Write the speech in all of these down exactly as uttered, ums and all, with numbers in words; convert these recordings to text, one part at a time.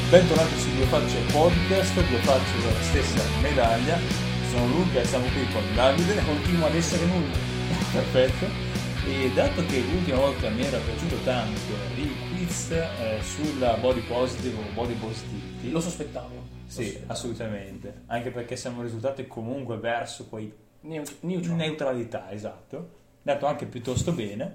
Bentornati su Due Facce Podcast, due facce della stessa medaglia. Sono Luca e siamo qui con Davide. Continua ad essere nulla. Perfetto. E dato che l'ultima volta mi era piaciuto tanto il quiz eh, sulla body positive o body positivity, Lo sospettavo. sì, Lo sospettavo. assolutamente. Anche perché siamo risultati comunque verso quei Neut- neutral. neutralità, esatto. Dato anche piuttosto bene.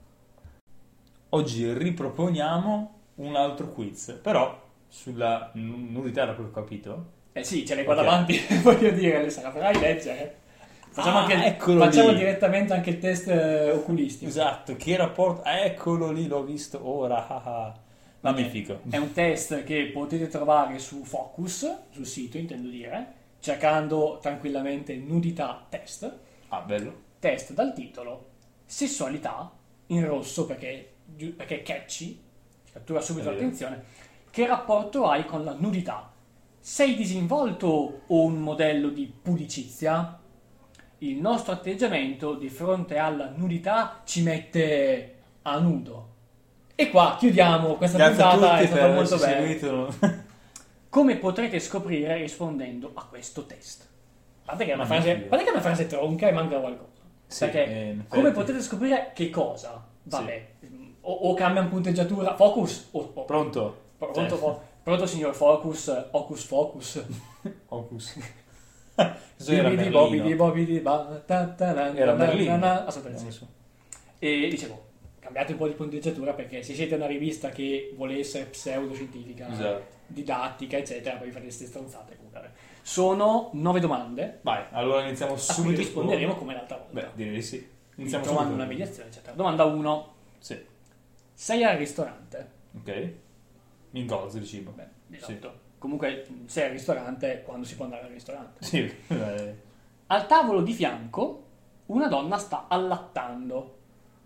Oggi riproponiamo un altro quiz, però sulla n- nudità, da quel che ho capito. Eh sì, ce l'hai qua Ok. davanti, voglio dire, se la farai leggere. Facciamo, Ah, anche il- eccolo facciamo lì. direttamente anche il test eh, oculistico. Esatto, che rapporto, ah, eccolo lì, l'ho visto ora, ah, ah. Magnifico. È un test che potete trovare su Focus, sul sito intendo dire, cercando tranquillamente nudità test. Ah, bello. Test dal titolo sessualità, in rosso perché, perché è catchy, cattura subito È vero. l'attenzione. Che rapporto hai con la nudità? Sei disinvolto o un modello di pudicizia? Il nostro atteggiamento di fronte alla nudità ci mette a nudo. E qua chiudiamo questa Grazie a puntata, è tutti stata per molto averci bella. seguito. Come potrete scoprire rispondendo a questo test? Guarda che è una frase, Magnifico. guarda che è una frase tronca e manca qualcosa. Sì, Perché eh, in come effetti. potete scoprire che cosa? Vabbè, o, o cambiano punteggiatura, focus, o, o- Pronto? pronto, Cioè, fo- pronto signor focus, ocus focus. Focus. Questo era Bibidi Merlino. bobidi bobidi ba, ta, ta, na, Era na, na, Merlino. na. Assolutamente Non sì. so. E dicevo, cambiate un po' di punteggiatura perché se siete una rivista che vuole essere pseudoscientifica, Esatto. didattica, eccetera, poi fate queste stronzate. comunque. Sono nove domande Vai, allora iniziamo a cui subito. risponderemo come l'altra volta. Beh, direi di sì. Quindi Iniziamo trovando subito. una mediazione, eccetera. Domanda uno. Sì, Sei al ristorante? ok. In gozzi di cibo. Beh, di solito. Comunque sei al ristorante quando si può andare al ristorante. Sì, eh, Al tavolo di fianco una donna sta allattando.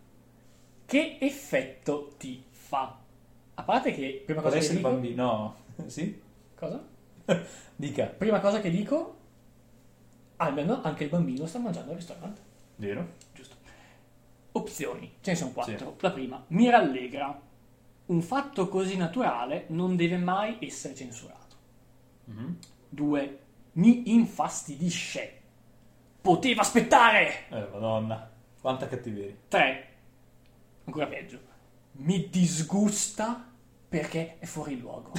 Che effetto ti fa? A parte che, prima cosa potrebbe che essere dico... bambino. No, sì? Cosa? Dica. Prima cosa che dico... Almeno anche il bambino sta mangiando al ristorante. Vero? Giusto. Opzioni, ce ne sono quattro. Sì. La prima, mi rallegra. Un fatto così naturale non deve mai essere censurato. Mhm. Due, mi infastidisce. Poteva aspettare. Eh, madonna. Quanta cattiveria. Tre, ancora peggio, mi disgusta perché è fuori luogo.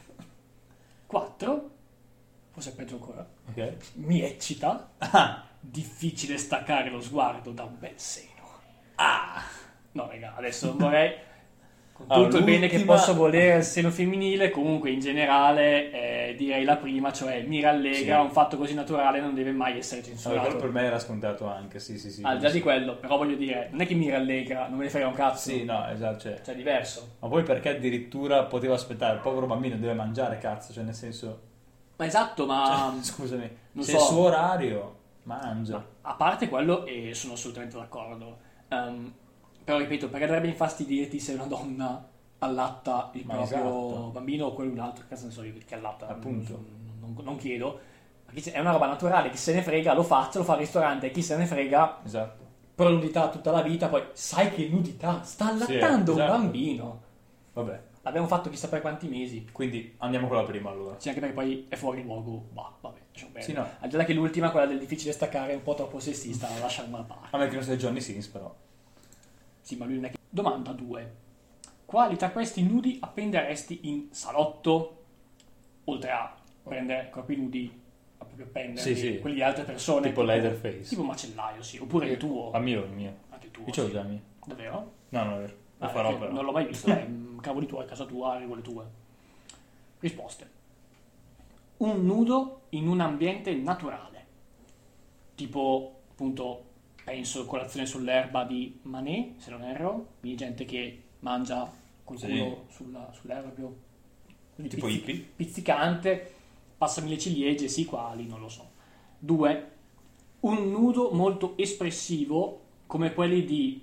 Quattro, forse è peggio ancora, Ok. mi eccita. Ah, Difficile staccare lo sguardo da un bel seno. Ah! No, raga, adesso vorrei, con tutto Allora, il bene che l'ultima- posso volere al seno femminile, comunque in generale eh, direi la prima, cioè mi rallegra, Sì. un fatto così naturale non deve mai essere allora, censurato. quello per me era scontato anche, sì, sì, sì. Al di là di quello, però voglio dire, non è che mi rallegra, non me ne frega un cazzo. Sì, no, esatto, cioè. Cioè, è diverso. Ma poi perché addirittura poteva aspettare? Il povero bambino deve mangiare, cazzo, cioè nel senso... Ma esatto, ma... Cioè, scusami, non se so. il suo orario mangia. ma a parte quello, e sono assolutamente d'accordo. Ehm, però ripeto, perché dovrebbe infastidirti se una donna allatta il Ma proprio esatto. bambino o quello un altro, cazzo ne so io che allatta, Appunto. non, non- non chiedo. Ma chi se- è una roba naturale, chi se ne frega, lo faccia, lo fa al ristorante, chi se ne frega, Esatto. però nudità tutta la vita, poi sai che nudità, sta allattando Sì, un esatto. bambino. Vabbè, L'abbiamo fatto chissà per quanti mesi. quindi andiamo con la prima allora. Sì, anche perché poi è fuori luogo, bah, vabbè, lasciamo perdere. Sì, no. Al di là che l'ultima, quella del difficile staccare, è un po' troppo sessista, lasciamo a parte. A me che non sei Johnny Sins, però. Sì, ma lui non è che... Domanda due. Quali tra questi nudi appenderesti in salotto? Oltre a prendere corpi nudi, a proprio appenderli, Sì, sì. quelli di altre persone. Tipo Leatherface. Tipo macellaio, sì. Oppure il tuo. Ah, mio, il mio. Anche il tuo, Io ce l'ho sì. già il mio. Davvero? No, non è vero. Lo Ah, farò che però. Non l'ho mai visto, dai, mm, cavoli tuoi, casa tua, regole tue. Risposte. Un nudo in un ambiente naturale. Tipo, appunto, penso colazione sull'erba di Manet, se non erro, quindi gente che mangia col Sì. culo sulla- sull'erba proprio quindi Tipo pizzic- hippie. pizzicante, passami le ciliegie, sì, quali, non lo so. Due, un nudo molto espressivo come quelli di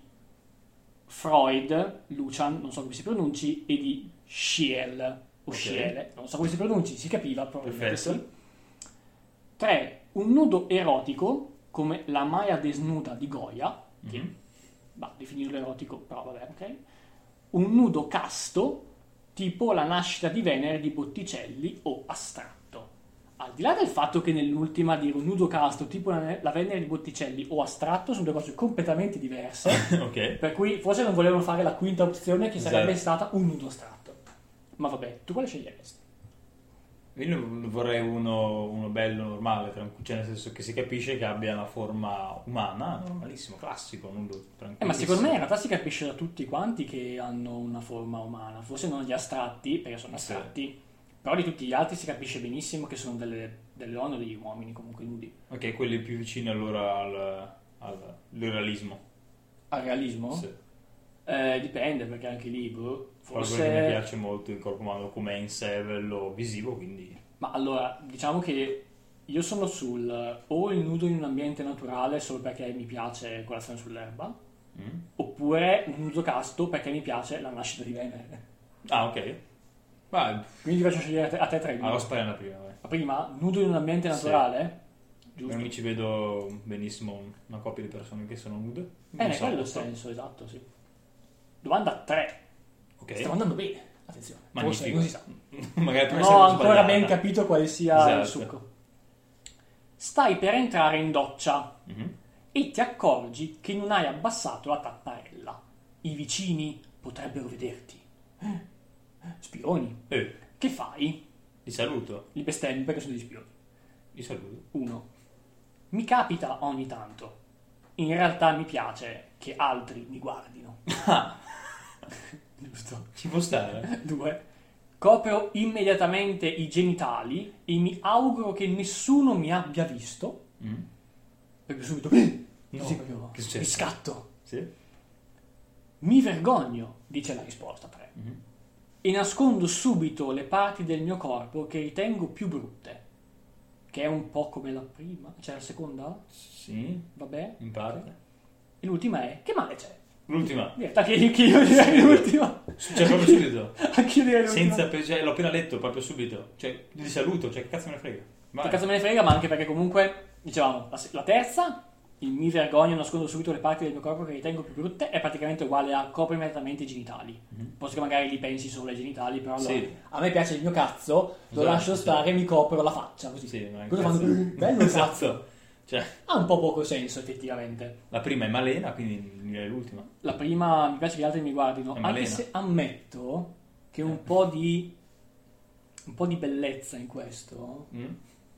Freud, Lucian, non so come si pronunci, e di Schiele, o Ok. Schiele, non so come si pronunci, si capiva probabilmente. Perfetto. Sì. tre. Un nudo erotico come la Maya desnuda di Goya, che Mhm. va, definirlo erotico, però vabbè, ok. Un nudo casto tipo la nascita di Venere di Botticelli o astratto. Al di là del fatto che nell'ultima dire un nudo casto tipo la, la Venere di Botticelli o astratto sono due cose completamente diverse, Ok. per cui forse non volevano fare la quinta opzione che sarebbe Esatto. stata un nudo astratto. Ma vabbè, tu quale sceglieresti? Io ne vorrei uno, uno bello, normale, tranquillo, cioè nel senso che si capisce che abbia una forma umana, normalissimo, classico, nudo, tranquillo. Eh, ma secondo me in realtà si capisce da tutti quanti che hanno una forma umana, forse non gli astratti, perché sono Sì. astratti, però di tutti gli altri si capisce benissimo che sono delle, delle donne o degli uomini comunque nudi. Ok, quelli più vicini allora al, al, al realismo. Al realismo? Sì. Eh, dipende, perché anche lì, boh, Forse forse... mi piace molto il corpo umano come è in sé a livello visivo, quindi... Ma allora, diciamo che io sono sul o il nudo in un ambiente naturale solo perché mi piace colazione sull'erba, Mm. oppure un nudo casto perché mi piace la nascita di Venere. Ah, ok. Ma Quindi ti faccio scegliere a te, a te tra i due. allora spara la prima, vai. La prima, nudo in un ambiente Sì. naturale? Io Giusto. mi ci vedo benissimo una coppia di persone che sono nude. Eh, Non ne so, quello il non so. senso, esatto, sì. Domanda tre. Ok. Stiamo andando bene, attenzione. Forse, Magnifico. non si sa. Magari Non prima ho sempre ancora sbagliata. ben capito quale sia il Esatto. succo. Stai per entrare in doccia Mhm. e ti accorgi che non hai abbassato la tapparella. I vicini potrebbero vederti. Eh, Spioni. Eh, Che fai? li saluto. Li bestemmi perché sono degli spioni. Li saluto. uno. Mi capita ogni tanto. In realtà mi piace che altri mi guardino. Ah, Giusto. ci può stare. due. Copro immediatamente i genitali e mi auguro che nessuno mi abbia visto. Mm. Perché subito... No, Sì, proprio che succede? mi scatto. Sì? Mi vergogno, dice la risposta tre. Mhm. E nascondo subito le parti del mio corpo che ritengo più brutte. Che è un po' come la prima. C'è la seconda? Sì, Vabbè. in parte. E l'ultima è... Che male c'è? L'ultima. Niente, anche io, anche io direi l'ultima. Cioè, proprio subito. Anche io direi l'ultima. Senza, pe- cioè, l'ho appena letto, proprio subito. Cioè, li saluto, cioè, che cazzo me ne frega. Vai. Che cazzo me ne frega, ma anche perché comunque, dicevamo, la, la terza, il mi vergogno, nascondo subito le parti del mio corpo che ritengo più brutte, è praticamente uguale a copro immediatamente i genitali. Mhm. Posso che magari li pensi solo ai genitali, però allora, Sì. a me piace il mio cazzo, lo Esatto, lascio sì. stare e mi copro la faccia, così. Sì, ma Cosa cazzo- fanno? Bello il cazzo. Esatto. Cioè, Ha un po' poco senso, effettivamente. la prima è Malena, quindi direi l'ultima. La prima, mi piace che gli altri mi guardino, È anche Malena. se ammetto che un Eh. po' di... un po' di bellezza in questo, Mm?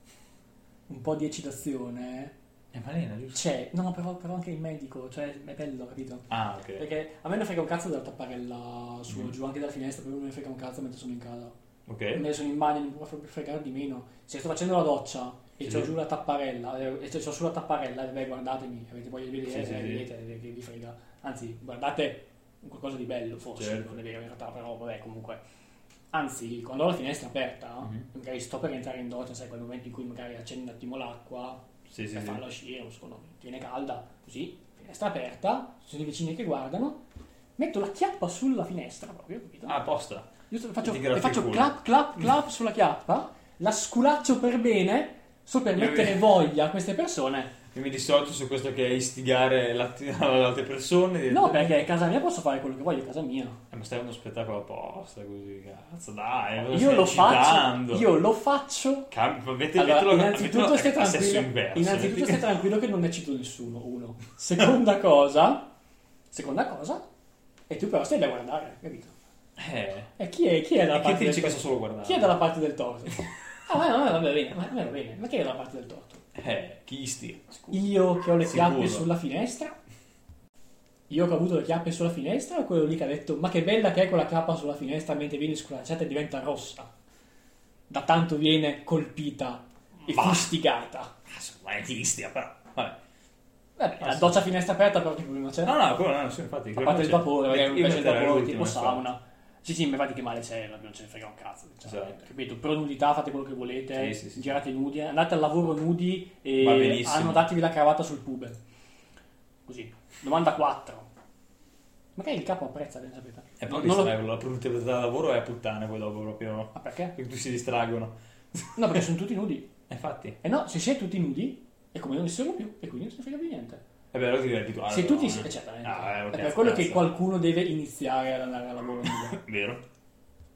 un po' di eccitazione... È Malena, giusto? C'è, no, però, però anche il medico, cioè è bello, capito? Ah, ok. Perché a me ne frega un cazzo della tapparella su Mm. giù, anche dalla finestra, però non me ne frega un cazzo mentre sono in casa. Ok. Mentre sono in bagno non mi può fregare di meno. Se sto facendo la doccia e Sì. c'ho giù la tapparella, eh, e c'ho sulla tapparella, e beh, guardatemi, avete voglia di vedere, Sì, sì, eh, sì. vedete eh, che vi frega. Anzi, guardate qualcosa di bello, forse, Certo. non è vero in realtà, però vabbè, comunque. Anzi, quando ho la finestra aperta, Mhm. magari sto per entrare in doccia, sai, quel momento in cui magari accendi un attimo l'acqua, Sì, sì, per sì. farla uscire, un secondo mi viene calda, così, finestra aperta, ci sono i vicini che guardano, metto la chiappa sulla finestra proprio, capito? Ah, apposta. Io faccio, ti e gratti il faccio culo. clap, clap, clap sulla chiappa, la sculaccio per bene, so per Io mettere vi- voglia a queste persone. Io mi dissocio su questo che è istigare l'alt- le altre persone. No, perché a casa mia posso fare quello che voglio a casa mia. Eh, ma stai uno spettacolo apposta così, cazzo, dai. cosa Io stai lo eccitando? faccio, io lo faccio. Cam- metti- Allora, mettilo- innanzitutto mettilo stai a sesso tranquillo, inverso, innanzitutto metti- stai tranquillo che non ne cito nessuno, uno. Seconda cosa, seconda cosa, e tu però stai da guardare, capito? Eh, E chi è, chi è dalla e chi parte ti del dice che torto? sto solo guardando? Chi è dalla parte del torto? Ah, ma no, va bene, ma va bene, ma chi è dalla parte del torto? Eh, chi istiga? Scusa. Io che ho le Sicuro. chiappe sulla finestra? Io che ho avuto le chiappe sulla finestra o quello lì che ha detto ma che bella che è quella chiappa sulla finestra mentre viene sculacciata e diventa rossa? Da tanto viene colpita e Ma- fustigata. Ma è chi istiga, però. Vabbè. Vabbè, Ah, la sì. doccia a finestra aperta però che problema c'è? No, no, quello no, sì, infatti. A parte il vapore, magari mi Io piace il metterei vapore, l'ultimo, tipo infatti. sauna. Sì, sì, ma infatti che male c'è, non ce ne frega un cazzo. sinceramente. Esatto. Capito? Pro nudità, fate quello che volete, Sì, sì, sì. girate nudi, andate al lavoro nudi Va e benissimo. annodatevi la cravatta sul pube. Così. Domanda quattro. Magari il capo apprezza, ben sapete. E Non- poi non lo- distraggono, la produttività del lavoro è a puttane poi dopo proprio. Ah, perché? Perché tutti si distraggono. No, perché sono tutti nudi. E infatti. E no, se siete tutti nudi, è come non ne sono più, e quindi non si frega più niente. È vero, ti dico. Se allora, tutti no, si... eh. eh, certamente. Ah, eh, ok, è per quello che cazzo. qualcuno deve iniziare ad andare al lavoro nudo. Vero.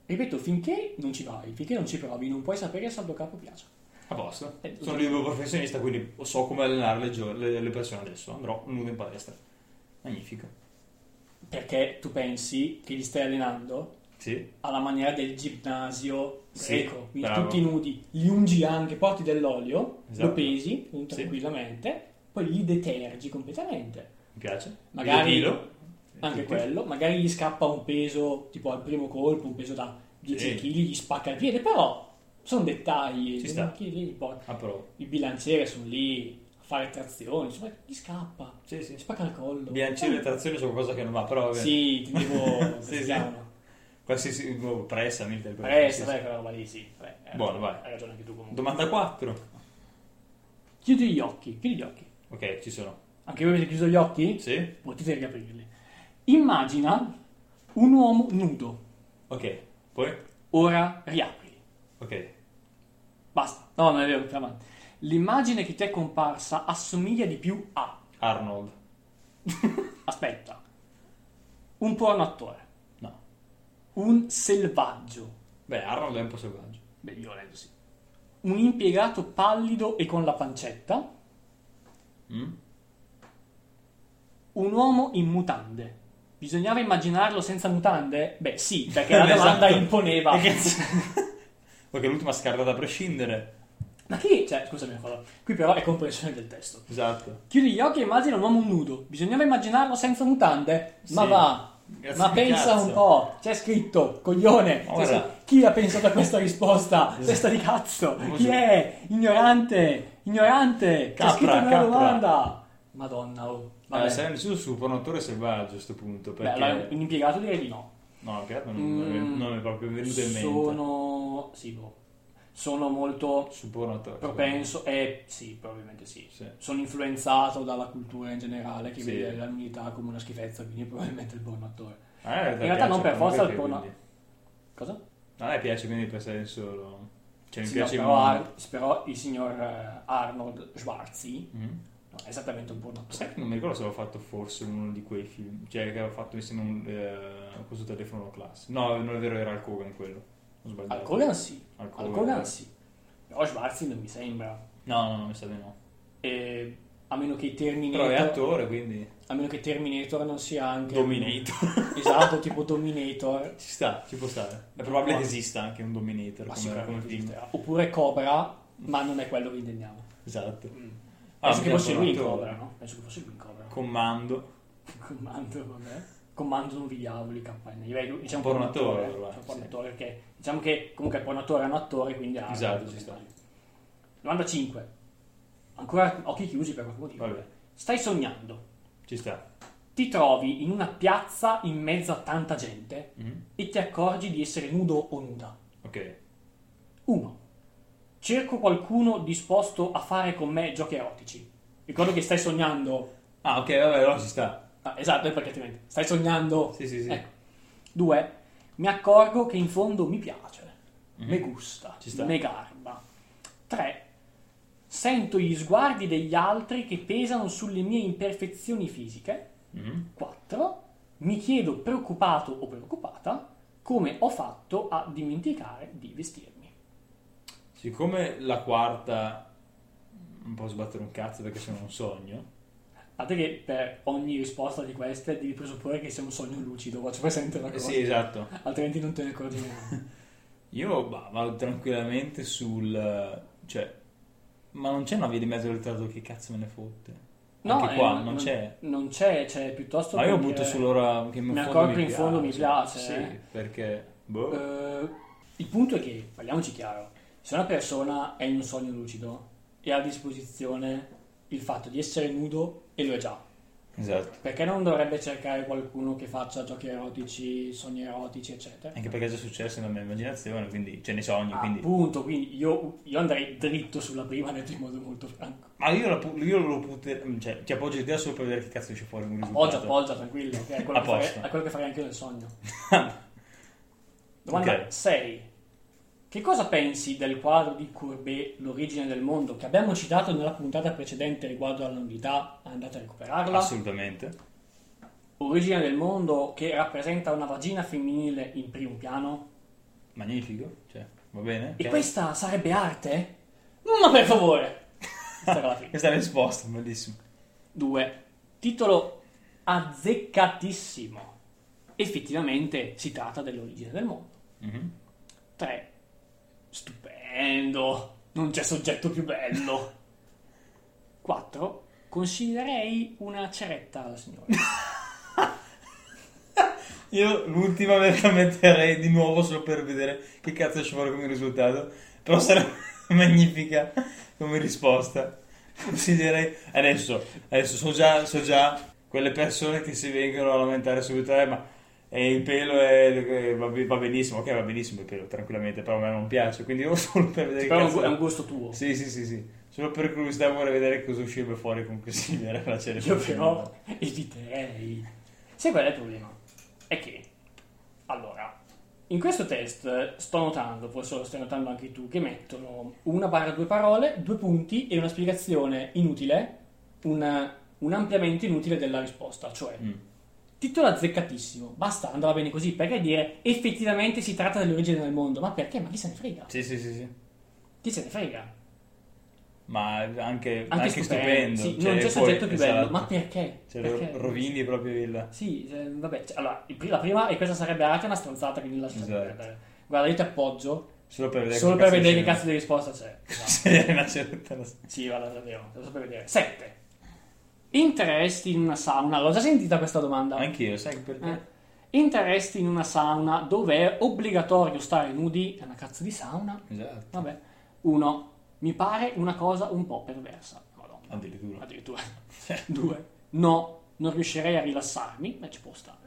Ripeto, finché non ci vai, finché non ci provi, non puoi sapere se al tuo capo piace. A posto. Eh, Sono libero professionista, quindi so come allenare le, gio- le, le persone adesso. Andrò nudo in palestra. Magnifico. Perché tu pensi che li stai allenando Sì. alla maniera del ginnasio Sì, greco, quindi bravo. tutti nudi, li ungi anche, porti dell'olio, Esatto. lo pesi Sì. tranquillamente, poi li detergi completamente. Mi piace. Magari Io dilo. anche Tutti. quello, magari gli scappa un peso, tipo al primo colpo, un peso da dieci Sì. chili, gli spacca il piede, però sono dettagli. Ci sta. Chi li porta? Ah, però. Il bilanciere sono lì a fare trazioni, insomma, gli scappa, Sì, sì. gli spacca il collo. Bilanciere e trazione sono qualcosa che non va, però vabbè. Sì, ti devo... Sì, si sì. chiamano? Qualsiasi oh, pressa, military press. Presta, sì, dai, sì. quella roba lì, sì. Vabbè, hai Buono, ragione, vai. Hai ragione anche tu comunque. Domanda quattro. Chiudi gli occhi, chiudi gli occhi. Ok, ci sono. Anche voi avete chiuso gli occhi? Sì? Potete riaprirli. Immagina un uomo nudo. Ok. Poi? Ora riaprili. Ok. Basta. No, non è vero, più avanti. L'immagine che ti è comparsa assomiglia di più a... Arnold. Aspetta. Un porno attore. No. Un selvaggio. Beh, Arnold è un po' selvaggio. Beh, io volendo sì. Un impiegato pallido e con la pancetta. Mm? Un uomo in mutande. Bisognava immaginarlo senza mutande? Beh, sì, perché la domanda Esatto. imponeva. E che- Perché l'ultima scartata a prescindere. Ma chi? Cioè, scusami, Nicola, qui però è comprensione del testo. Esatto. Chiudi gli occhi e immagina un uomo nudo. Bisognava immaginarlo senza mutande? Ma Sì. va. Grazie Ma di pensa cazzo. un po'. C'è scritto, coglione. Ma C'è guarda. scritto- Chi ha pensato a questa risposta? Testa di cazzo. Ma Chi sì. è? Ignorante. Ignorante. C'è Capra, scritto nella capra. domanda. Madonna, oh. Vabbè, Vabbè. sarei deciso su un attore selvaggio a questo punto. Beh, Perché... allora, un impiegato direi di no. No, ok, non, Mm, non mi è proprio venuto in mente. Sono... Sì, boh. Sono molto Su buon attore. propenso, eh sì, probabilmente sì. Sì. Sono influenzato dalla cultura in generale che Sì. vede la nudità come una schifezza, quindi probabilmente il porno attore. A me In realtà non per piace forza il comunque, porno. quindi- Cosa? A me piace quindi per essere solo... Cioè mi Sì, no, piace il però, mondo. Ar- però il signor eh, Arnold Schwarzi Mhm. no, è esattamente un porno Sai attore. che non mi ricordo se avevo fatto forse uno di quei film, cioè che aveva fatto insieme un eh, questo telefono classe. No, non è vero, era Hulk Hogan quello. Ho sbagliato. Al Kogan sì, Hulk al Hogan. Kogan sì. Però Schwarzi non mi sembra. No, no, no, mi sa di no. E a meno che Però è Terminator, attore, quindi a meno che Terminator non sia anche Dominator. esatto, tipo Dominator. Ci sta, ci può stare. È probabile Ma- che esista anche un Dominator Ma come, come sicuramente film. esisterà. Oppure Cobra, ma non è quello che intendiamo. Esatto. Mm. Ah, Penso che mi fosse lui in piace Cobra, l'attore. no? Penso che fosse lui in Cobra. Comando. Comando, vabbè. Comando non vi diavoli, K N. Direi, diciamo Porno pornatore, attore, allora, diciamo porno sì. attore, perché diciamo che comunque il pornatore è un attore, quindi ha... Esatto, ci sta. Domanda cinque. Ancora occhi chiusi per qualche motivo. Vabbè, Stai sognando. ci sta. Ti trovi in una piazza in mezzo a tanta gente Mhm. e ti accorgi di essere nudo o nuda. Ok. uno. Cerco qualcuno disposto a fare con me giochi erotici. Ricordo che stai sognando. Ah, ok, vabbè, allora ci sta. Ah, esatto, perché altrimenti stai sognando. Sì, sì, sì. Ecco. Due. Mi accorgo che in fondo mi piace, Mhm. mi gusta, Ci sta. mi garba. Tre. Sento gli sguardi degli altri che pesano sulle mie imperfezioni fisiche. Mhm. quattro. Mi chiedo preoccupato o preoccupata come ho fatto a dimenticare di vestirmi. Siccome la quarta non posso sbattere un cazzo perché sono un sogno. A te che per ogni risposta di queste devi presupporre che sia un sogno lucido, faccio presente una Eh cosa, sì, esatto. altrimenti non te ne accorgi neanche. Io bah, vado tranquillamente sul... cioè... Ma non c'è una via di mezzo del tratto che cazzo me ne fotte? Anche eh, qua, non c'è. Non c'è, c'è piuttosto... Ma io per butto dire, sull'ora che in mi fondo accorgo mi che in fondo mi piace, Sì, eh. perché... Boh. Eh, il punto è che, parliamoci chiaro, se una persona è in un sogno lucido e ha a disposizione il fatto di essere nudo e lo è già, Esatto. perché non dovrebbe cercare qualcuno che faccia giochi erotici, sogni erotici, eccetera? Anche perché è già successo nella mia immaginazione, quindi... Cioè nei sogni, Ah, quindi... appunto, quindi io, io andrei dritto sulla prima, detto in modo molto franco. Ma io, la, pu- io lo puter... Cioè, ti appoggio l'idea solo per vedere che cazzo esce fuori un risultato. Appoggia, appoggia, tranquillo, che è quello, A che farei, posto. è quello che farei anche io nel sogno. Domanda Ok. sei. Che cosa pensi del quadro di Courbet, L'origine del mondo, che abbiamo citato nella puntata precedente riguardo alla nudità? Andate a recuperarla. Assolutamente. Origine del mondo che rappresenta una vagina femminile in primo piano. Magnifico, cioè, va bene. E ok. questa sarebbe arte? Ma per favore! Questa era la prima. Questa è la risposta, bellissimo. Due. Titolo azzeccatissimo. Effettivamente si tratta dell'origine del mondo. Mhm. tre. Stupendo. Non c'è soggetto più bello. quattro. Consiglierei una ceretta alla signora. Io l'ultima me la metterei di nuovo solo per vedere che cazzo esce fuori come risultato. Però sarebbe magnifica come risposta. Consiglierei. Adesso, adesso so già, so già quelle persone che si vengono a lamentare subito, eh, ma eh, il pelo è, va, va benissimo, ok, va benissimo il pelo, tranquillamente, però a me non piace, quindi io solo per vedere Però che è un gu- cazzo- è un gusto tuo. Sì, sì, sì, sì. Solo per curiosità vorrei vedere cosa uscirebbe fuori con consigliare la ceretta. Io però eviterei. Sai qual è il problema? È che, allora, in questo test sto notando, forse lo stai notando anche tu, che mettono una barra due parole, due punti e una spiegazione inutile, un, un ampliamento inutile della risposta, cioè Mm. titolo azzeccatissimo, basta, andava bene così, perché dire effettivamente si tratta dell'origine del mondo? Ma perché? Ma chi se ne frega? Sì, sì, sì, sì. Chi se ne frega? Ma anche, Anche, anche stupendo. sì, Cioè, non c'è poi- soggetto più bello, esatto. ma perché? Cioè, Perché? rovini proprio il... Sì, eh, vabbè, cioè, allora, il pri- la prima, e questa sarebbe anche una stronzata, quindi lascia Esatto. perdere. Guarda, io ti appoggio, Solo per vedere solo che per cazzo vedere che esce. cazzo di risposta c'è. Esatto. Se è una ceretta la- Sì, guarda, davvero, solo per vedere. sette. Interesti in una sauna? L'ho già sentita questa domanda. Anch'io, sai perché? Eh. Interesti in una sauna dove è obbligatorio stare nudi? È una cazzo di sauna? Esatto. Vabbè. Uno. Mi pare una cosa un po' perversa. Madonna. Addirittura. Addirittura. Due. No, non riuscirei a rilassarmi, ma ci può stare.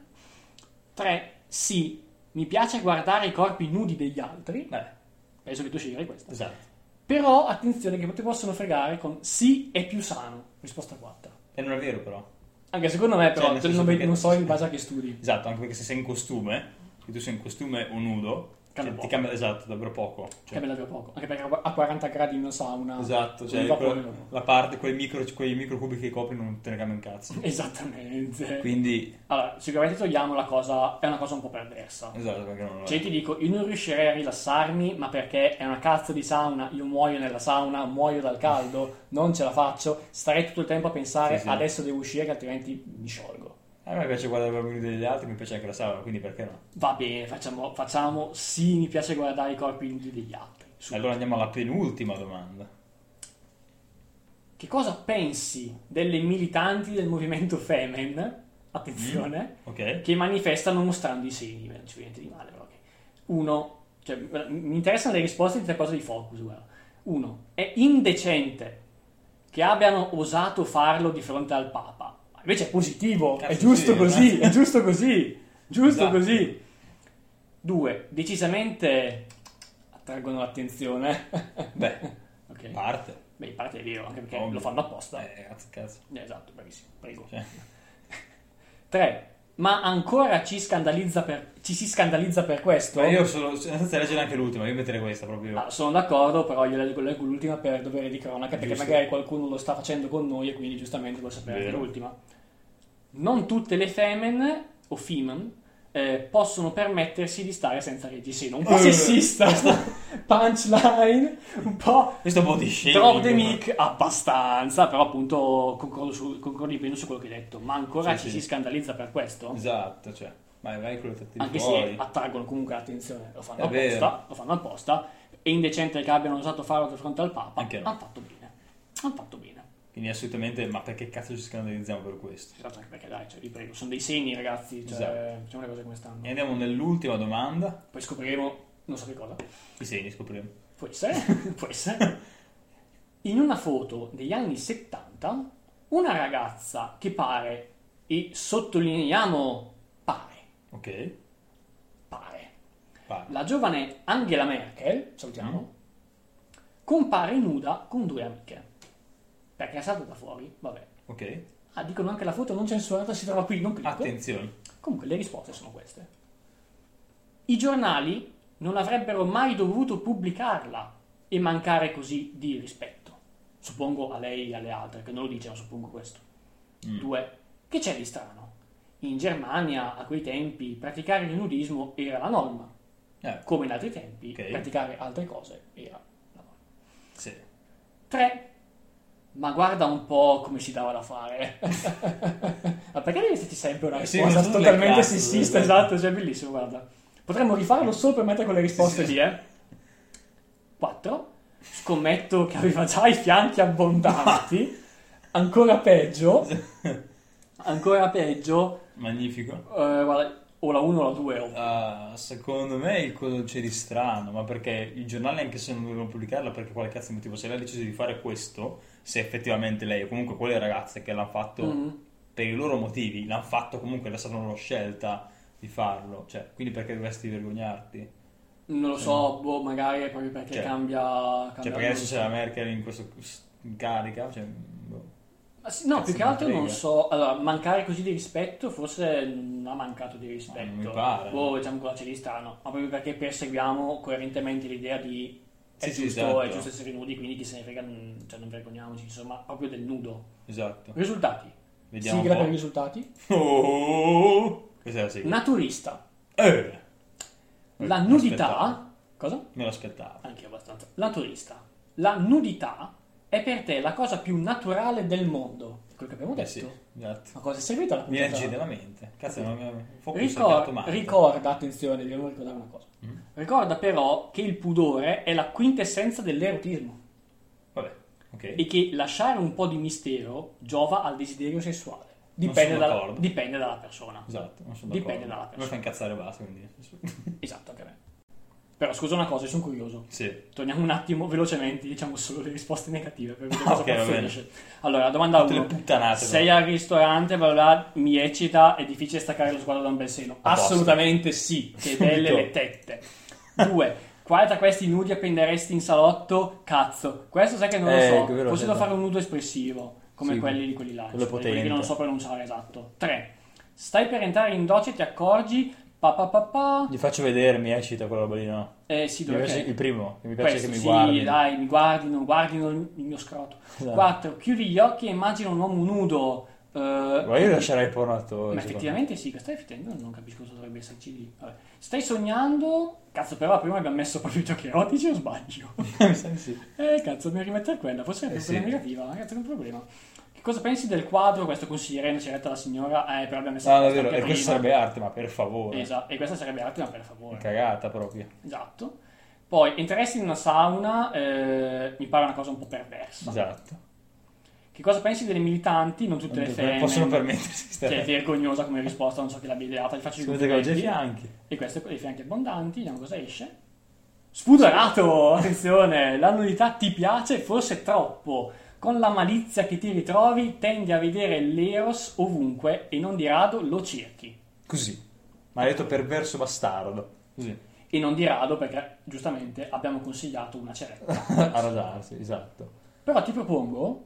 Tre. Sì, mi piace guardare i corpi nudi degli altri. Beh, Penso che tu sceglierai questa. esatto. Però attenzione che ti possono fregare con sì è più sano. Risposta quattro. E non è vero però. Anche secondo me però Cioè, nel tu senso non, vedi- perché- non so in base a che studi. Esatto, anche perché se sei in costume, che tu sei in costume o nudo, Cambia cioè, ti poco. cambia, esatto, davvero poco. Cioè, Cambia davvero poco. Anche perché a quaranta gradi in una sauna. esatto, cioè il vapore quella- dopo. la parte, quei micro, quei micro cubi che copri non te ne cambia un cazzo. Esattamente. Quindi, Allora, sicuramente togliamo la cosa, è una cosa un po' perversa. esatto, perché non lo Cioè, io ti dico, io non riuscirei a rilassarmi, ma perché è una cazzo di sauna, io muoio nella sauna, muoio dal caldo, non ce la faccio, starei tutto il tempo a pensare Sì, sì. adesso devo uscire che altrimenti mi sciolgo. A me piace guardare i bambini degli altri, mi piace anche la sauna, quindi perché no? Va bene, facciamo, facciamo, sì, mi piace guardare i corpi nudi degli altri. Su. Allora andiamo alla penultima domanda. Che cosa pensi delle militanti del movimento Femen, attenzione, Ok? che manifestano mostrando i seni? Beh, non ci vede niente di male, però. ok. Uno, cioè, mi interessano le risposte di questa cosa di focus, guarda. Uno, è indecente che abbiano osato farlo di fronte al Papa. Invece è positivo, Cazzo è giusto sì, così, esatto. è giusto così, giusto Esatto. così. Due, decisamente attraggono l'attenzione. Beh, Ok. parte. Beh, in parte è vero, anche perché Ovvio. lo fanno apposta. Eh, cazzo, cazzo. Eh, esatto, bravissimo, prego. Cioè, tre, ma ancora ci scandalizza per, ci si scandalizza per questo? ma io sono senza leggere anche l'ultima, io metterei questa proprio. Ah, sono d'accordo, però io leggo, leggo l'ultima per dovere di cronaca, perché Giusto. magari qualcuno lo sta facendo con noi e quindi giustamente vuole sapere anche Vero. l'ultima. Non tutte le femen o femmen eh, possono permettersi di stare senza reggiseno. Un po' Eh. sessista, punchline, un po' Questo è un po' di shaming. drop the ma- mic abbastanza, però appunto concordo, su, concordo in pieno su quello che hai detto. Ma ancora Sì, ci sì. si scandalizza per questo? Esatto, cioè, vai, vai con le tattine Anche fuori. se attraggono comunque l'attenzione, lo fanno È vero. apposta, lo fanno apposta. È indecente che abbiano osato farlo di fronte al Papa. Anche no. Hanno fatto bene. Hanno fatto bene. Quindi assolutamente, ma perché cazzo ci scandalizziamo per questo? Esatto, anche perché dai, cioè, vi prego, sono dei segni ragazzi, cioè, Esatto. facciamo le cose come stanno. E andiamo nell'ultima domanda. Poi scopriremo, non so che cosa. I segni scopriamo. Può essere, può essere. In una foto degli anni settanta, una ragazza che pare, e sottolineiamo pare, Ok? pare, Vai. la giovane Angela Merkel, salutiamo, compare nuda con due amiche. Perché è saltata fuori? Vabbè. Ok? Ah, dicono anche la foto non censurata si trova qui, non clicco. Attenzione. Comunque le risposte sono queste. I giornali non avrebbero mai dovuto pubblicarla e mancare così di rispetto. Suppongo a lei e alle altre, che non lo dice, ma suppongo questo. Mm. Due. Che c'è di strano? In Germania, a quei tempi, praticare il nudismo era la norma. Eh, come in altri tempi, Ok. praticare altre cose era la norma. sì. tre. Ma guarda un po' come si dava da fare. Ma perché devi esserci sempre una Eh sì, risposta non sono totalmente le cazzo, sessista? esatto. Esatto, cioè bellissimo, guarda. Potremmo rifarlo solo per mettere quelle risposte lì, eh. quattro. Scommetto che aveva già i fianchi abbondanti. Ancora peggio. Ancora peggio. Magnifico. eh, guarda, o la uno o la due. ovvio. Ah, secondo me il cosa c'è di strano, ma perché i giornali, anche se non dovevano pubblicarla, perché quale cazzo di motivo, se lei ha deciso di fare questo, se effettivamente lei o comunque quelle ragazze che l'hanno fatto Mhm. per i loro motivi, l'hanno fatto comunque, è stata una loro scelta di farlo, cioè, quindi perché dovresti vergognarti? Non lo so, boh, magari è proprio perché Cioè, cambia, cambia Cioè, perché adesso c'è la Merkel in questo in carica, cioè, boh. Ma sì, no, Cazzo più che me ne altro frega. non so. Allora, mancare così di rispetto forse non ha mancato di rispetto. Ah, non mi pare. Boh, diciamo cosa c'è di strano. Ma proprio perché perseguiamo coerentemente l'idea di è, Sì, sì, giusto, esatto. è giusto essere nudi, quindi chi se ne frega, non- cioè non vergogniamoci, insomma, proprio del nudo. Esatto. Risultati. Vediamo Sigla un per po'. i risultati. Oh! Cos'è la sigla? Naturista. Eh! La Me nudità. l'aspettavo. Cosa? Me l'aspettavo. Anche io abbastanza. Naturista. La nudità è per te la cosa più naturale del mondo. È quello che abbiamo Eh detto. sì, esatto. Ma cosa è servita la Mi puntata? leggi nella mente. Cazzo, non mi il focus è Ricor- andato male. ricorda, attenzione, dobbiamo ricordare una cosa. Mm. Ricorda però che il pudore è la quintessenza dell'erotismo Vabbè, ok. e che lasciare un po' di mistero giova al desiderio sessuale. Dipende, sono dalla, d'accordo. dipende dalla persona. Esatto, non sono Dipende d'accordo. dalla Mi persona. fa incazzare basta, quindi. Esatto, anche a me. Però scusa una cosa, io sono curioso. Sì. Torniamo un attimo velocemente, diciamo solo le risposte negative per vedere cosa Ok, va bene. partorisce. Allora, domanda Tutte le uno. puttanate. Sei però. al ristorante, bla bla, mi eccita, è difficile staccare lo sguardo da un bel seno. A posto. Assolutamente sì, che belle Subito. le tette. Due. Quale tra questi nudi appenderesti in salotto? Cazzo, questo sai che non lo Eh, so. che vero, Forse devo certo. fare un nudo espressivo, come Sì, quelli di quelli là. quello insomma, quelli che potente. non so pronunciare esatto. Tre. Stai per entrare in doccia e ti accorgi, pa pa pa pa. Gli faccio vedere, mi eccita quella roba lì, no? Eh sì, Mi dove piace che- il primo, che mi piace questo, che mi sì, guardi. dai, mi guardino, guardino il mio scroto. Esatto. quattro. Chiudi gli occhi e immagina un uomo nudo. Eh, Ma io lascerei il porno attori. ma effettivamente sì, questa effettivamente non capisco cosa dovrebbe esserci lì. Vabbè. Stai sognando? Cazzo, però prima abbiamo messo proprio i giochi erotici o sbaglio? Mi sa di sì. Eh, cazzo, dobbiamo rimettere quella, forse è Eh, quella sì. negativa, ragazzi, è un problema. Che cosa pensi del quadro? Questo consiglierei una ceretta alla signora, eh, però abbiamo messo No, no, è questa vero, anche e questa prima. sarebbe arte, ma per favore. Esatto, e questa sarebbe arte, ma per favore. Cagata proprio. Esatto. Poi, entreresti in una sauna, eh, mi pare una cosa un po' perversa. Esatto. Che cosa pensi delle militanti? Non tutte le femmine. Possono permettersi Che è stare. vergognosa come risposta, non so chi l'abbia ideata. Gli faccio i Scusa che ho già i complimenti. fianchi. E questo è con i fianchi abbondanti, vediamo cosa esce. Spudorato! Attenzione, la nudità ti piace, forse troppo. Con la malizia che ti ritrovi, tendi a vedere l'eros ovunque e non di rado lo cerchi. Così. Maledetto perverso bastardo. Così. E non di rado perché, giustamente, abbiamo consigliato una ceretta. A rasarsi, esatto. Però ti propongo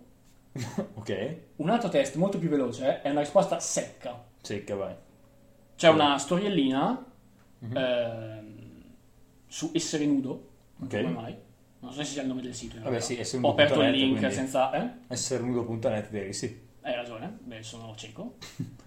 Ok. un altro test molto più veloce, è una risposta secca. Secca, vai. C'è una storiellina ehm, su essere nudo, Ok. come mai? Non so se sia il nome del sito. in Vabbè, realtà. sì, essere Ho nudo aperto il punto net, link quindi- senza... Eh? Essere nudo punto net, direi sì. Hai ragione, beh, sono cieco.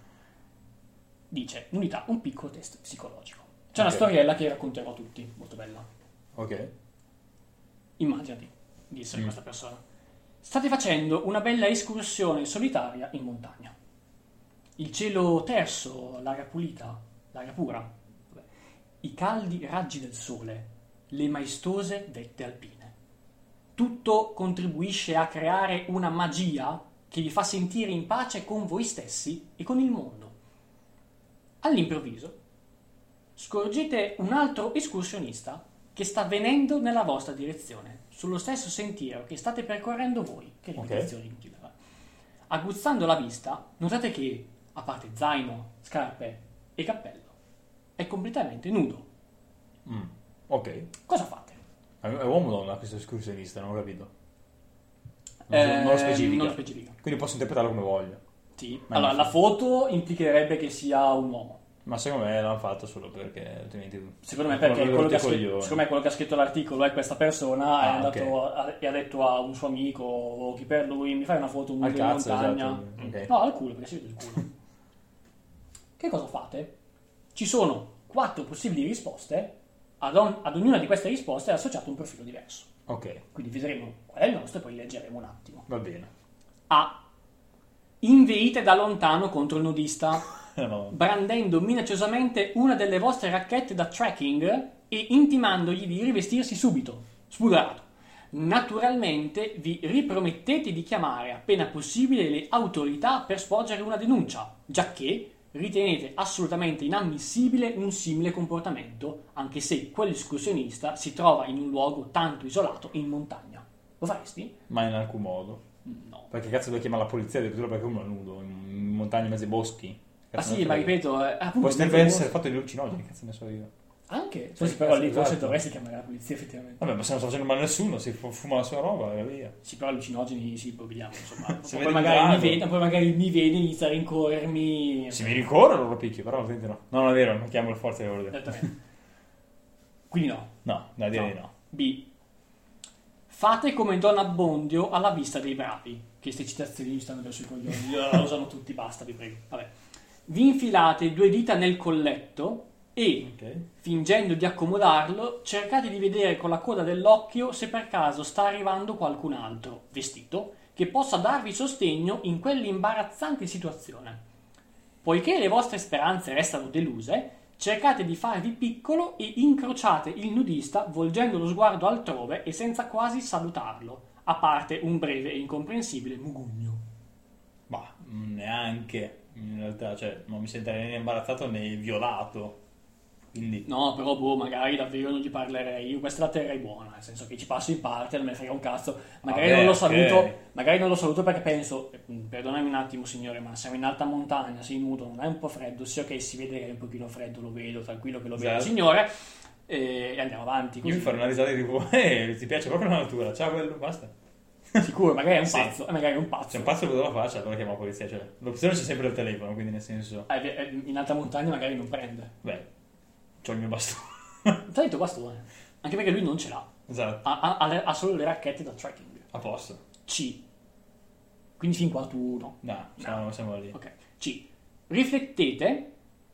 Dice, nudità, un piccolo test psicologico. C'è una Ok. storiella che racconterò a tutti, molto bella. Ok. Immaginati di essere Mm. questa persona. State facendo una bella escursione solitaria in montagna. Il cielo terso, l'aria pulita, l'aria pura. Vabbè. I caldi raggi del sole, le maestose vette alpine. Tutto contribuisce a creare una magia che vi fa sentire in pace con voi stessi e con il mondo. All'improvviso scorgete un altro escursionista che sta venendo nella vostra direzione, sullo stesso sentiero che state percorrendo voi. Che Ok. ripetizione inutile, va. Aguzzando la vista, notate che, a parte zaino, scarpe e cappello, è completamente nudo. Mm. Ok. Cosa fate? È è uomo o donna questo escursionista? Non ho capito. Non, so- Eh, non lo specifica. non lo specifica. Quindi posso interpretarlo come voglio. Sì. Ma Allora, non- la foto implicherebbe che sia un uomo. Ma secondo me l'hanno fatto solo perché altrimenti... Secondo me, come perché loro quello che, ha ti scritto, coglioni. secondo me quello che ha scritto l'articolo è questa persona, è Ah, andato ok. a- e ha detto a un suo amico o chi per lui, mi fai una foto nudo Al in cazzo, montagna. esatto, ok. No, al culo, perché si vede il culo. Che cosa fate? Ci sono quattro possibili risposte Ad, on- ad ognuna di queste risposte è associato un profilo diverso. Ok, Quindi vedremo qual è il nostro e poi leggeremo un attimo. va bene. A. Inveite da lontano contro il nudista, No. brandendo minacciosamente una delle vostre racchette da trekking e intimandogli di rivestirsi subito, spudorato. Naturalmente vi ripromettete di chiamare appena possibile le autorità per sporgere una denuncia, giacché ritenete assolutamente inammissibile un simile comportamento, anche se quell'escursionista si trova in un luogo tanto isolato in montagna. Lo faresti? Ma in alcun modo. No. Perché cazzo devo chiamare la polizia addirittura perché uno è nudo, in montagna in mezzo ai boschi? Ah Cazzo sì, ne ma frega. ripeto, eh, appunto, Potrebbe mezzo essere bosco- fatto di allucinogeni, cazzo ne so io. Anche? Sì, Sì, però lì esatto. forse dovresti chiamare la polizia effettivamente. Vabbè, ma se non sta facendo male a nessuno, si fu- fuma la sua roba e via. Sì, però allucinogeni sì, poi vediamo, insomma. Se poi, vedi magari mi bravo. vede, poi magari mi vede, inizia a rincorrermi. Se mi ricorre lo picchio, però altrimenti no. No, non è vero, non chiamo le forze dell'ordine. Esattamente. Quindi no. No, da dire di no. B. Fate come Don Abbondio alla vista dei bravi. Che queste citazioni mi stanno verso i coglioni. Lo usano tutti, basta, vi prego. Vabbè. Vi infilate due dita nel colletto e, Ok. fingendo di accomodarlo, cercate di vedere con la coda dell'occhio se per caso sta arrivando qualcun altro, vestito, che possa darvi sostegno in quell'imbarazzante situazione. Poiché le vostre speranze restano deluse, cercate di farvi piccolo e incrociate il nudista volgendo lo sguardo altrove e senza quasi salutarlo, a parte un breve e incomprensibile mugugno. Ma mm, neanche, in realtà, cioè, non mi sentirei né imbarazzato né violato. Quindi, No, però boh, magari davvero non gli parlerei. Io questa la terrei buona, nel senso che ci passo in parte, non me ne frega un cazzo. Magari Vabbè, non lo ok. saluto, magari non lo saluto perché penso, eh, perdonami un attimo signore, ma siamo in alta montagna, sei nudo, non è un po' freddo? Sì, ok, si vede che è un pochino freddo, lo vedo, tranquillo che lo vedo, Esatto. signore. E e andiamo avanti. io Così. mi farei una risata di tipo, eh, ti piace proprio la natura, ciao quello, basta. Sicuro, magari è un Sì. pazzo, e magari è un pazzo. Se un pazzo vedo la faccia, allora chiamo la polizia, cioè, l'opzione c'è sempre il telefono, quindi nel senso, Eh, eh, in alta montagna magari non prende. beh, c'ho il mio bastone. Ti ha detto bastone, anche perché lui non ce l'ha, Esatto, ha, ha- ha le- ha solo le racchette da trekking. a posto. C. Quindi fin qua tu no. No, siamo, siamo lì. Ok. C. Riflettete.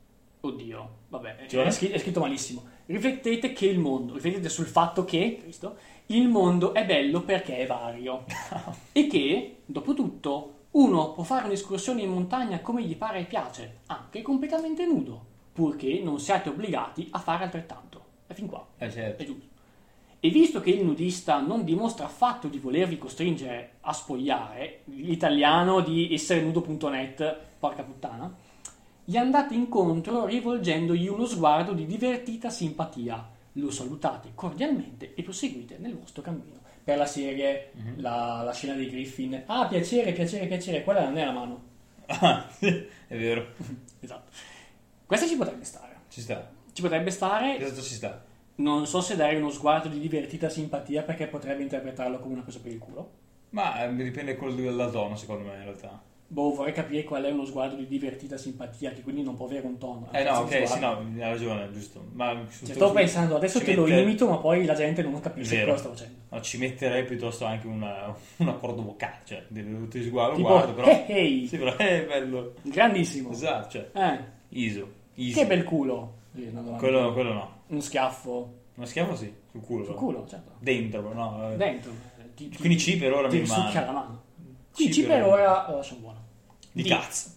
Oddio, vabbè, Ci vuole? è, scri- è scritto malissimo. Riflettete che il mondo, riflettete sul fatto che, Cristo, il mondo è bello perché è vario. E che, dopo tutto, uno può fare un'escursione in montagna come gli pare e piace, anche completamente nudo, purché non siate obbligati a fare altrettanto. E fin qua. Eh certo. È giusto. E visto che il nudista non dimostra affatto di volervi costringere a spogliare, l'italiano di essere nudo punto net, porca puttana, gli andate incontro rivolgendogli uno sguardo di divertita simpatia. Lo salutate cordialmente e proseguite nel vostro cammino. Per la serie, Mhm. la, la scena dei Griffin. Ah, piacere, piacere, piacere. Quella non è la mano. Ah, sì, è vero, Esatto. Questa ci potrebbe stare. ci sta. Ci potrebbe stare. Esatto, ci sta. Non so se dare uno sguardo di divertita simpatia perché potrebbe interpretarlo come una cosa per il culo. Ma eh, dipende quello dalla zona, secondo me, in realtà. Boh, vorrei capire qual è uno sguardo di divertita simpatia, che quindi non può avere un tono. Eh un no, cazzo ok, di sì, sguardo. no, hai ragione, giusto. Ma Cioè, sto pensando, adesso ci te lo mette- imito, ma poi la gente non capisce Vero. cosa sto facendo. No, ci metterei piuttosto anche una, un accordo vocale, cioè, di ti sguardo, Tipo, guardo, però... hey, hey, Sì, però è bello. grandissimo. Esatto, cioè, Eh, ISO. Easy. che bel culo. Sì, no, no, Quello, quello no. Un schiaffo. Uno schiaffo sì, sul culo. Sul però. culo, certo. Dentro, però, no. eh. Dentro. Ti, ti, Quindi C per ora ti mi rimane. risucchia la mano. C Qui C per per- ora lo lascio buono. Di D. cazzo.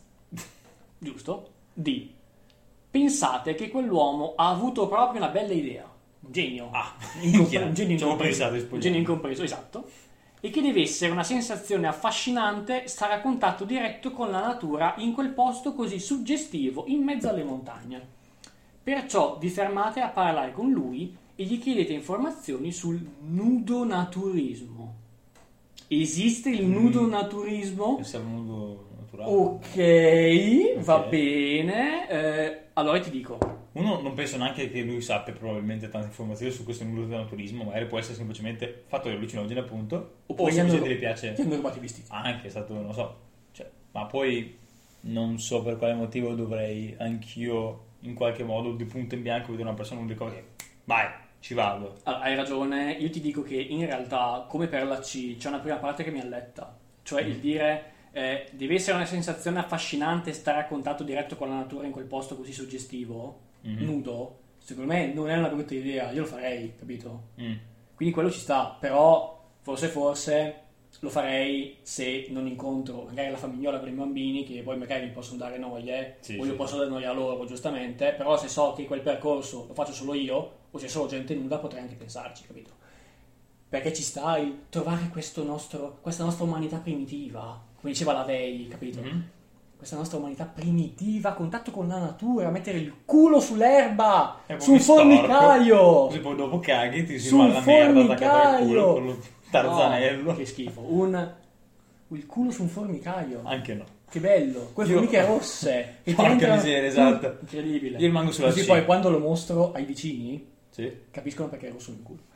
Giusto? D. Pensate che quell'uomo ha avuto proprio una bella idea. Un genio. Ah, Incompre- minchia, un genio ci avevo incompreso. pensato di Un spogliarmi. genio incompreso, esatto. E che deve essere una sensazione affascinante stare a contatto diretto con la natura in quel posto così suggestivo in mezzo alle montagne. Perciò vi fermate a parlare con lui e gli chiedete informazioni sul nudonaturismo. Esiste il Mm. nudonaturismo? Pensavo un nudo naturale. Ok, va Ok. bene. Eh, allora ti dico, Uno, non penso neanche che lui sappia probabilmente tante informazioni su questo nudo del naturismo, magari può essere semplicemente fatto di allucinogeni appunto, oppure gli hanno- semplicemente gli piace ti hanno rubato i vestiti. anche, è stato, non lo so, cioè, ma poi non so per quale motivo dovrei anch'io in qualche modo di punto in bianco vedere una persona nuda e cose, vai, ci vado. Allora, hai ragione, io ti dico che in realtà, come per la C, c'è una prima parte che mi alletta, cioè il dire eh, deve essere una sensazione affascinante stare a contatto diretto con la natura in quel posto così suggestivo, Mhm. nudo, secondo me non è una brutta idea, io lo farei, capito? Mm. Quindi quello ci sta, però forse forse lo farei se non incontro magari la famigliola con i bambini, che poi magari mi possono dare noie, Sì, o io sì. posso dare noia a loro, giustamente, però se so che quel percorso lo faccio solo io, o c'è solo gente nuda, potrei anche pensarci, capito? Perché ci sta il trovare questo nostro, questa nostra umanità primitiva, come diceva la Vei, capito? Mhm. Questa nostra umanità primitiva, a contatto con la natura, mettere il culo sull'erba, E poi sul mi storco, formicaio. Così poi dopo caghi, ti si Sul rimane la merda attaccata al culo formicaio. con lo tarzanello. No, che schifo. Un, il culo su un formicaio. Anche no. Che bello. Quelle Io- formiche rosse. Che ti Porca entrano- miseria, esatto. Incredibile. Io rimango sulla Così C. poi quando lo mostro ai vicini, Sì. capiscono perché è rosso nel culo.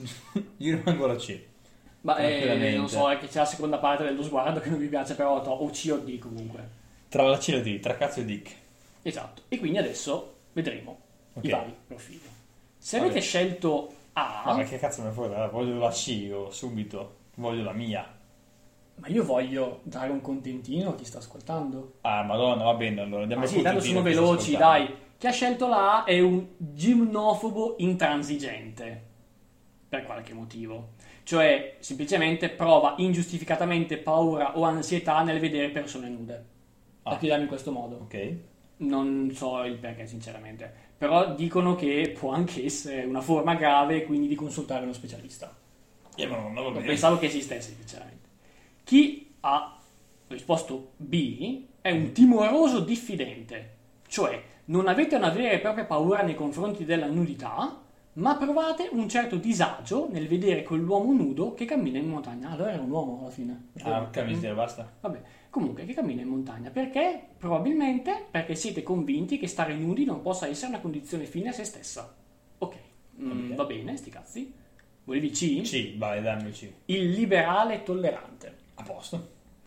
Io rimango alla C. Ma eh, Tranquillamente. non so, è che c'è la seconda parte dello sguardo che non mi piace, però to- o C o D comunque. Tra la C e la D, tra cazzo e dick. Esatto. E quindi adesso vedremo Ok. i vari profili. Se Vabbè. avete scelto A, Ma che cazzo me ne frega? Voglio la C io, subito. Voglio la mia. ma io voglio dare un contentino a chi sta ascoltando. Ah, madonna, va bene allora. Andiamo Ma al sì, tanto contentino sono che sto veloci, ascoltando. dai. Chi ha scelto la A è un gimnofobo intransigente. Per qualche motivo. Cioè, semplicemente prova ingiustificatamente paura o ansietà nel vedere persone nude. Ah. A chiudermi in questo modo. Ok. Non so il perché, sinceramente. Però dicono che può anche essere una forma grave e quindi di consultare uno specialista. Eh, ma non va Non bene. pensavo che esistesse, sinceramente. Chi ha risposto B è un timoroso diffidente, cioè non avete una vera e propria paura nei confronti della nudità, ma provate un certo disagio nel vedere quell'uomo nudo che cammina in montagna. Allora era un uomo alla fine. Ah, ok, mi dire, basta. Vabbè, comunque che cammina in montagna. Perché? Probabilmente perché siete convinti che stare nudi non possa essere una condizione fine a se stessa. Ok, mm, Ok. va bene, sti cazzi. Volevi C? C, vai, dammi C. Il liberale tollerante. A posto.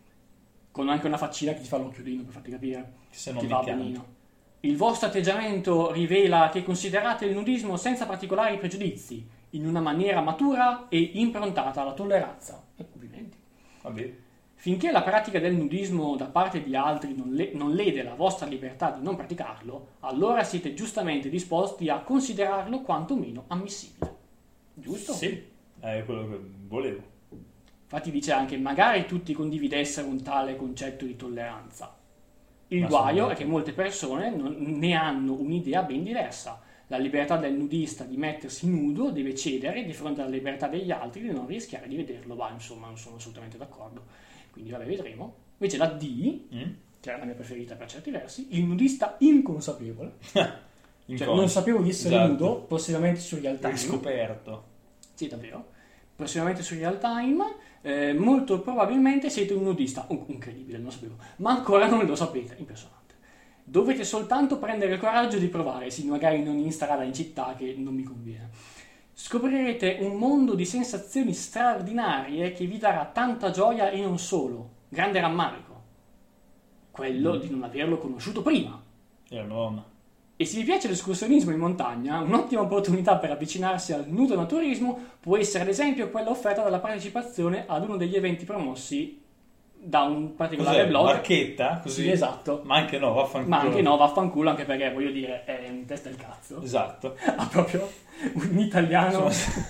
Con anche una faccina che ti fa l'occhiolino per farti capire Che se non che mi va pianto. benino. Il vostro atteggiamento rivela che considerate il nudismo senza particolari pregiudizi, in una maniera matura e improntata alla tolleranza. Eh, complimenti. Vabbè. Finché la pratica del nudismo da parte di altri non, le- non lede la vostra libertà di non praticarlo, allora siete giustamente disposti a considerarlo quantomeno ammissibile. Giusto? Sì, è quello che volevo. Infatti dice anche, magari tutti condividessero un tale concetto di tolleranza. Il Ma guaio sono- è che molte persone non- ne hanno un'idea ben diversa. La libertà del nudista di mettersi nudo deve cedere di fronte alla libertà degli altri di non rischiare di vederlo. Va, insomma, non sono assolutamente d'accordo. Quindi vabbè, vedremo. Invece la D, Mm? che è la mia preferita per certi versi, il nudista inconsapevole. In Cioè, cosa? non sapevo di essere Esatto. nudo, prossimamente su Real Time. Riscoperto. Sì, davvero. Prossimamente su Real Time, eh, molto probabilmente siete un nudista. Oh, incredibile, non lo sapevo. Ma ancora non lo sapete. Impressionante. Dovete soltanto prendere il coraggio di provare, sì, magari non in strada, in città, che non mi conviene. Scoprirete un mondo di sensazioni straordinarie che vi darà tanta gioia e non solo. Grande rammarico. Quello di non averlo conosciuto prima. E la nonna. E se vi piace l'escursionismo in montagna, un'ottima opportunità per avvicinarsi al nudo naturismo può essere ad esempio quella offerta dalla partecipazione ad uno degli eventi promossi da un particolare Cos'è? blog. Marchetta? Così? Sì, esatto. Ma anche no, vaffanculo. Ma anche no, vaffanculo, anche perché voglio dire, è un testa del cazzo. Esatto. Ha proprio un italiano Insomma,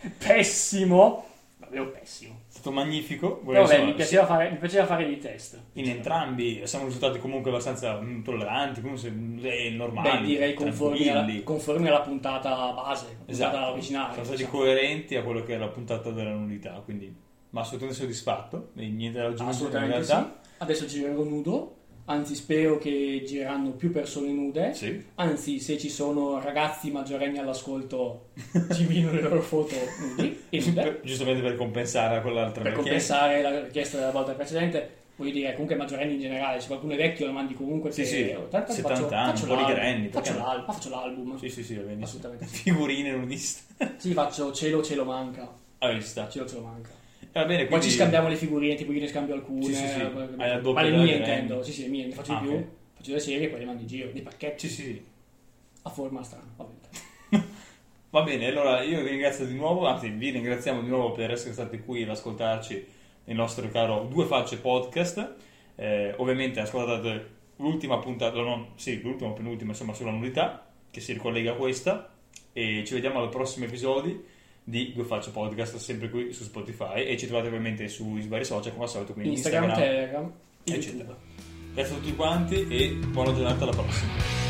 pessimo. Davvero pessimo. è stato magnifico. Però Volevo, vabbè, insomma, mi piaceva, fare, mi piaceva fare dei test. in entrambi siamo risultati comunque abbastanza mm, tolleranti, comunque se- eh, normali, Beh, direi conformi alla, tranquilli. conformi alla puntata base, la puntata Esatto, originale. siamo stati diciamo. coerenti a quello che era la puntata della nudità, quindi ma assolutamente soddisfatto, e niente da aggiungere in Assolutamente sì. realtà. Adesso girerò nudo, anzi spero che gireranno più persone nude. Sì. Anzi, se ci sono ragazzi maggiorenni all'ascolto, ci inviano le loro foto nudi e nude, Per- giustamente per compensare a quell'altra per richiesta. compensare la richiesta della volta precedente. Voglio dire, comunque maggiorenni in generale, se qualcuno è vecchio lo mandi comunque. Sì, che- sì, oh, tanto settanta faccio, anni, faccio un po' l'album, rigrenni, perché faccio no? l'album, ma faccio l'album. Sì, sì, sì, va benissimo. Assolutamente sì. Figurine nudiste. Sì, faccio cielo, cielo manca. Ah, vista. Cielo, cielo manca. Va bene, Poi quindi... ci scambiamo le figurine, tipo io ne scambio alcune. Sì, sì, sì. eh, Hai la doppia ma le della mie Granny. intendo, sì, sì, le mie, ne faccio Ah, di più. ok. Faccio delle serie e poi le mando in giro, dei pacchetti Sì, sì, sì. a forma strana, ovviamente. Va bene, allora io vi ringrazio di nuovo, anzi vi ringraziamo di nuovo per essere stati qui ad ascoltarci nel nostro caro Due Facce Podcast. Eh, ovviamente ascoltate l'ultima puntata, no, sì, l'ultima o penultima, insomma, sulla nudità. che si ricollega a questa, e ci vediamo al prossimo episodio di Due Facce Podcast, sempre qui su Spotify, e ci trovate ovviamente sui vari social come al solito, quindi Instagram, Instagram, Telegram, eccetera. YouTube. Grazie a tutti quanti e buona giornata, alla prossima.